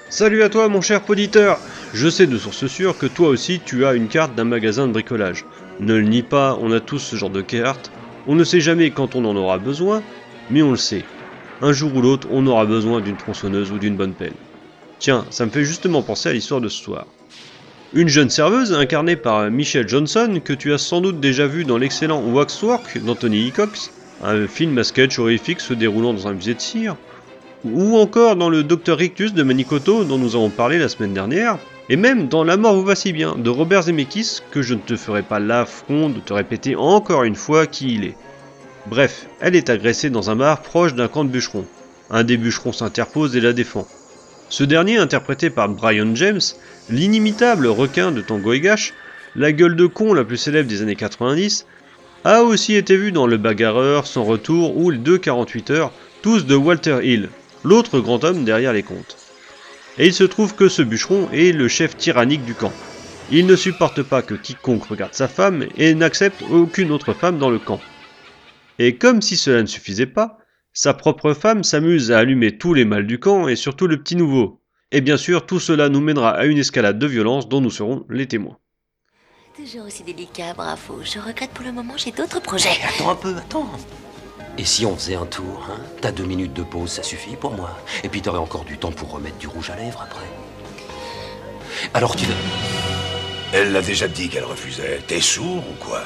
Salut à toi mon cher poditeur. Je sais de source sûre que toi aussi tu as une carte d'un magasin de bricolage. Ne le nie pas, on a tous ce genre de carte. On ne sait jamais quand on en aura besoin, mais on le sait. Un jour ou l'autre, on aura besoin d'une tronçonneuse ou d'une bonne pelle. Tiens, ça me fait justement penser à l'histoire de ce soir. Une jeune serveuse incarnée par Michelle Johnson que tu as sans doute déjà vue dans l'excellent Waxwork d'Anthony Hickox, un film à sketch horrifique se déroulant dans un musée de cire, ou encore dans le Docteur Rictus de Manicoto dont nous avons parlé la semaine dernière, et même dans La mort vous va si bien de Robert Zemeckis que je ne te ferai pas l'affront de te répéter encore une fois qui il est. Bref, elle est agressée dans un bar proche d'un camp de bûcherons. Un des bûcherons s'interpose et la défend. Ce dernier, interprété par Brian James, l'inimitable requin de Tango et Gash, la gueule de con la plus célèbre des années 90, a aussi été vu dans Le Bagarreur, Sans Retour ou Les 2,48 heures, tous de Walter Hill, l'autre grand homme derrière les comptes. Et il se trouve que ce bûcheron est le chef tyrannique du camp. Il ne supporte pas que quiconque regarde sa femme et n'accepte aucune autre femme dans le camp. Et comme si cela ne suffisait pas, sa propre femme s'amuse à allumer tous les mâles du camp et surtout le petit nouveau. Et bien sûr, tout cela nous mènera à une escalade de violence dont nous serons les témoins. Toujours aussi délicat, bravo. Je regrette pour le moment, j'ai d'autres projets. Attends un peu, attends. Et si on faisait un tour, hein? T'as 2 minutes de pause, ça suffit pour moi. Et puis t'aurais encore du temps pour remettre du rouge à lèvres après. Alors tu veux... Elle l'a déjà dit qu'elle refusait. T'es sourd ou quoi?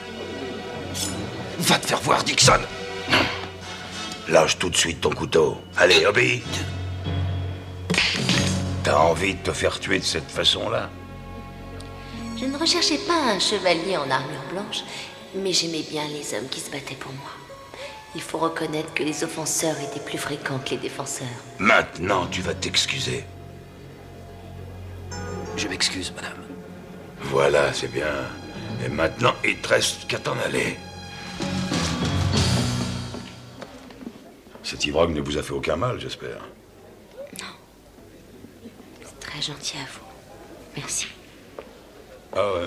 Va te faire voir, Dixon. Lâche tout de suite ton couteau. Allez, obéis. T'as envie de te faire tuer de cette façon-là? Je ne recherchais pas un chevalier en armure blanche, mais j'aimais bien les hommes qui se battaient pour moi. Il faut reconnaître que les offenseurs étaient plus fréquents que les défenseurs. Maintenant, tu vas t'excuser. Je m'excuse, madame. Voilà, c'est bien. Et maintenant, il te reste qu'à t'en aller. Cet ivrogne ne vous a fait aucun mal, j'espère. C'est très gentil à vous. Merci. Ah ouais.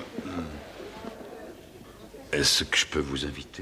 Est-ce que je peux vous inviter?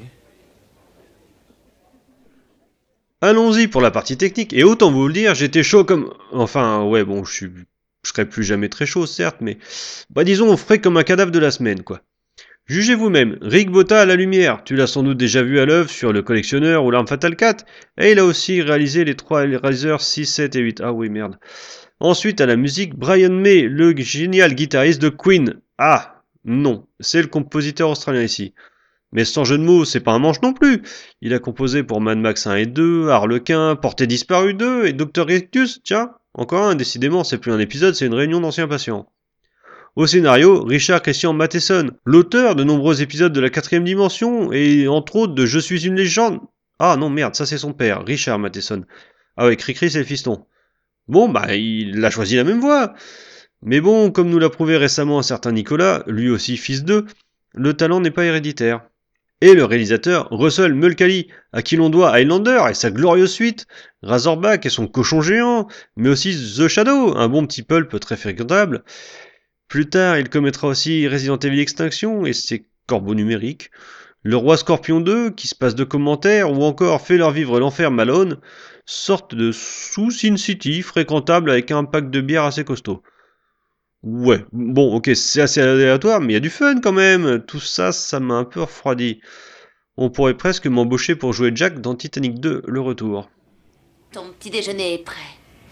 Allons-y pour la partie technique, et autant vous le dire, j'étais chaud comme... Enfin, ouais, bon, je serai plus jamais très chaud, certes, mais... Bah disons, frais comme un cadavre de la semaine, quoi. Jugez vous-même, Rick Botta à la lumière, tu l'as sans doute déjà vu à l'œuvre sur Le Collectionneur ou L'Arme Fatale 4, et il a aussi réalisé les 3 Hellraiser 6, 7 et 8. Ah oui, merde. Ensuite, à la musique, Brian May, le génial guitariste de Queen. Ah, non, c'est le compositeur australien ici. Mais sans jeu de mots, c'est pas un manche non plus. Il a composé pour Mad Max 1 et 2, Harlequin, Portée disparue 2 et Dr. Rictus, tiens, encore un, décidément, c'est plus un épisode, c'est une réunion d'anciens patients. Au scénario, Richard Christian Matheson, l'auteur de nombreux épisodes de la 4ème dimension et entre autres de Je suis une légende. Ah non, merde, ça c'est son père, Richard Matheson. Ah ouais, Cricri c'est le fiston. Bon, bah, il a choisi la même voie. Mais bon, comme nous l'a prouvé récemment un certain Nicolas, lui aussi fils d'eux, le talent n'est pas héréditaire. Et le réalisateur Russell Mulcahy, à qui l'on doit Highlander et sa glorieuse suite, Razorback et son cochon géant, mais aussi The Shadow, un bon petit pulp très fréquentable. Plus tard, il commettra aussi Resident Evil Extinction et ses corbeaux numériques, Le Roi Scorpion 2, qui se passe de commentaires, ou encore Fait leur vivre l'enfer Malone, sorte de sous-Sin City fréquentable avec un pack de bière assez costaud. Ouais, bon, ok, c'est assez aléatoire, mais il y a du fun quand même. Tout ça, ça m'a un peu refroidi. On pourrait presque m'embaucher pour jouer Jack dans Titanic 2, le retour. Ton petit déjeuner est prêt.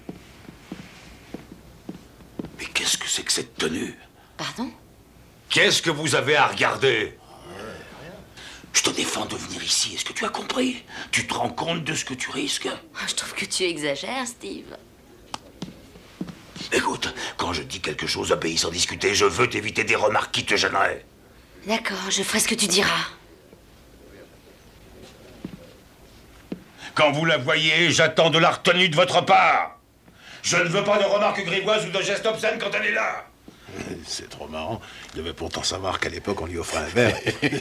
Mais qu'est-ce que c'est que cette tenue? Pardon? Qu'est-ce que vous avez à regarder? Je te défends de venir ici, est-ce que tu as compris? Tu te rends compte de ce que tu risques? Oh, je trouve que tu exagères, Steve. Écoute, quand je dis quelque chose, obéis sans discuter, je veux t'éviter des remarques qui te gêneraient. D'accord, je ferai ce que tu diras. Quand vous la voyez, j'attends de la retenue de votre part. Je ne veux pas de remarques grivoises ou de gestes obscènes quand elle est là. C'est trop marrant. Il devait pourtant savoir qu'à l'époque, on lui offrait un verre.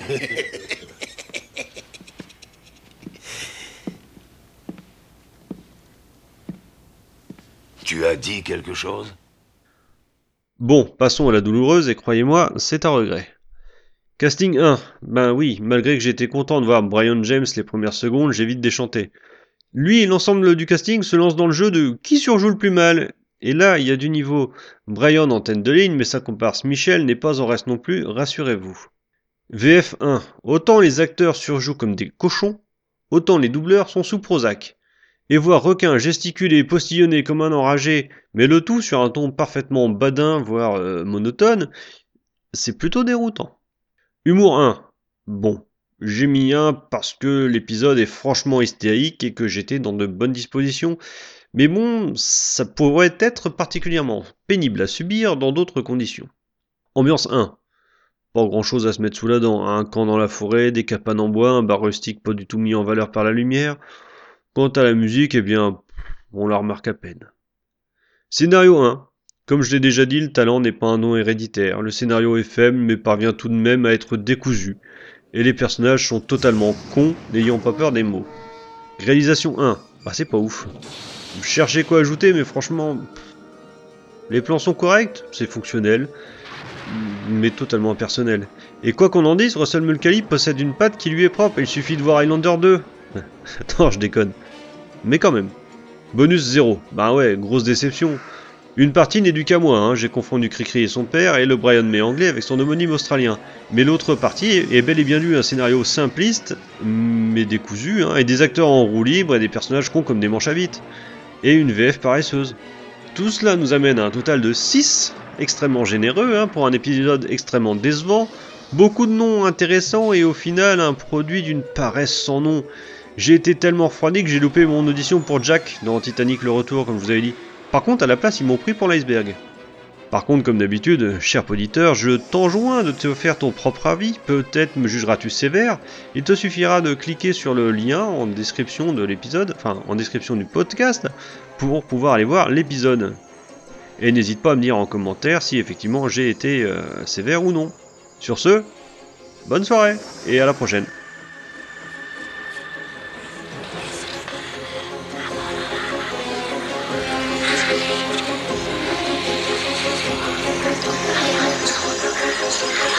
Tu as dit quelque chose? Bon, passons à la douloureuse, et croyez-moi, c'est à regret. Casting 1. Ben oui, malgré que j'étais content de voir Brian James les premières secondes, j'ai vite déchanté. Lui et l'ensemble du casting se lancent dans le jeu de qui surjoue le plus mal, Et là, il y a du niveau. Brian en tête de ligne, mais sa comparse Michel n'est pas en reste non plus, rassurez-vous. VF 1. Autant les acteurs surjouent comme des cochons, autant les doubleurs sont sous Prozac. Et voir requin gesticuler et postillonner comme un enragé, mais le tout sur un ton parfaitement badin, voire monotone, c'est plutôt déroutant. Humour 1. Bon, j'ai mis 1 parce que l'épisode est franchement hystérique et que j'étais dans de bonnes dispositions, mais bon, ça pourrait être particulièrement pénible à subir dans d'autres conditions. Ambiance 1. Pas grand chose à se mettre sous la dent, un camp dans la forêt, des cabanes en bois, un bar rustique pas du tout mis en valeur par la lumière. Quant à la musique, eh bien, on la remarque à peine. Scénario 1. Comme je l'ai déjà dit, le talent n'est pas un don héréditaire. Le scénario est faible, mais parvient tout de même à être décousu. Et les personnages sont totalement cons, n'ayant pas peur des mots. Réalisation 1. Bah c'est pas ouf. Je cherchais quoi ajouter, mais franchement... Les plans sont corrects, c'est fonctionnel, mais totalement impersonnel. Et quoi qu'on en dise, Russell Mulcahy possède une patte qui lui est propre, il suffit de voir Highlander 2. Attends, je déconne. Mais quand même. Bonus 0. Bah ouais, grosse déception. Une partie n'est due qu'à moi, hein. J'ai confondu Cricri et son père et le Brian May anglais avec son homonyme australien. Mais l'autre partie est bel et bien due à un scénario simpliste, mais décousu, hein, et des acteurs en roue libre et des personnages cons comme des manches à vite. Et une VF paresseuse. Tout cela nous amène à un total de 6, extrêmement généreux, hein, pour un épisode extrêmement décevant, beaucoup de noms intéressants et au final un produit d'une paresse sans nom. J'ai été tellement refroidi que j'ai loupé mon audition pour Jack dans Titanic le retour, comme je vous avais dit. Par contre, à la place, ils m'ont pris pour l'iceberg. Par contre, comme d'habitude, cher auditeur, je t'enjoins de te faire ton propre avis, peut-être me jugeras-tu sévère, il te suffira de cliquer sur le lien en description de l'épisode, enfin en description du podcast, pour pouvoir aller voir l'épisode. Et n'hésite pas à me dire en commentaire si effectivement j'ai été sévère ou non. Sur ce, bonne soirée, et à la prochaine. Thank you.